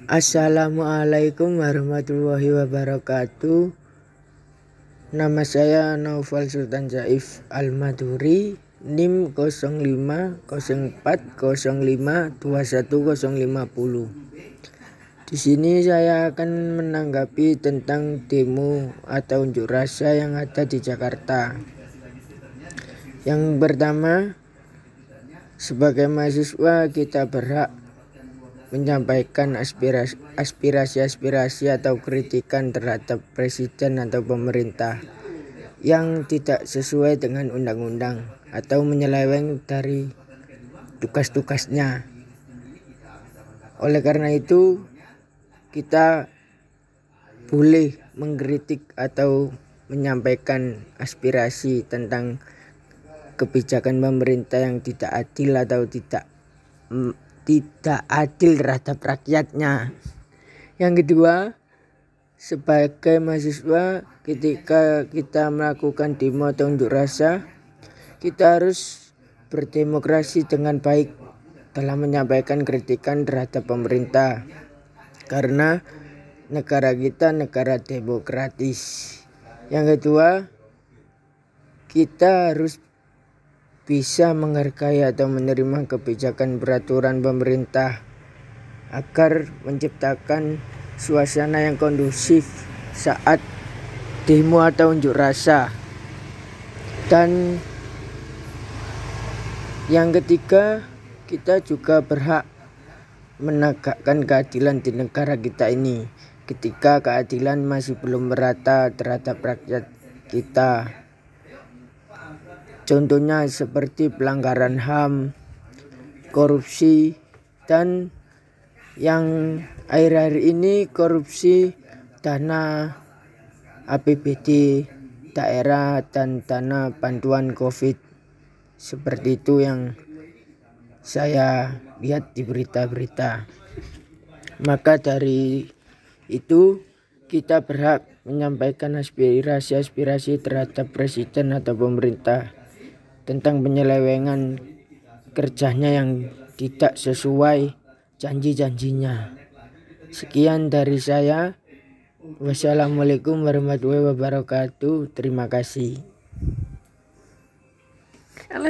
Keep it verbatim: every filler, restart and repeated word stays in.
Assalamualaikum warahmatullahi wabarakatuh. Nama saya Naufal Sultan Zaif Al-Maduri, N I M nol lima nol empat nol lima dua satu nol lima nol. Di sini saya akan menanggapi tentang demo atau unjuk rasa yang ada di Jakarta. Yang pertama, sebagai mahasiswa kita berhak menyampaikan aspirasi-aspirasi atau kritikan terhadap presiden atau pemerintah yang tidak sesuai dengan undang-undang atau menyeleweng dari tugas-tugasnya. Oleh karena itu, kita boleh mengkritik atau menyampaikan aspirasi tentang kebijakan pemerintah yang tidak adil atau tidak mm, tidak adil terhadap rakyatnya. Yang kedua, sebagai mahasiswa ketika kita melakukan demo atau unjuk rasa, kita harus berdemokrasi dengan baik dalam menyampaikan kritikan terhadap pemerintah, karena negara kita negara demokratis. Yang kedua, kita harus bisa menghargai atau menerima kebijakan peraturan pemerintah agar menciptakan suasana yang kondusif saat demo atau unjuk rasa. Dan yang ketiga, kita juga berhak menegakkan keadilan di negara kita ini ketika keadilan masih belum merata terhadap rakyat kita. Contohnya seperti pelanggaran H A M, korupsi, dan yang akhir-akhir ini korupsi dana A P B D daerah dan dana bantuan COVID. Seperti itu yang saya lihat di berita-berita. Maka dari itu kita berhak menyampaikan aspirasi-aspirasi terhadap presiden atau pemerintah tentang penyelewengan kerjanya yang tidak sesuai janji-janjinya. Sekian dari saya. Wassalamualaikum warahmatullahi wabarakatuh. Terima kasih.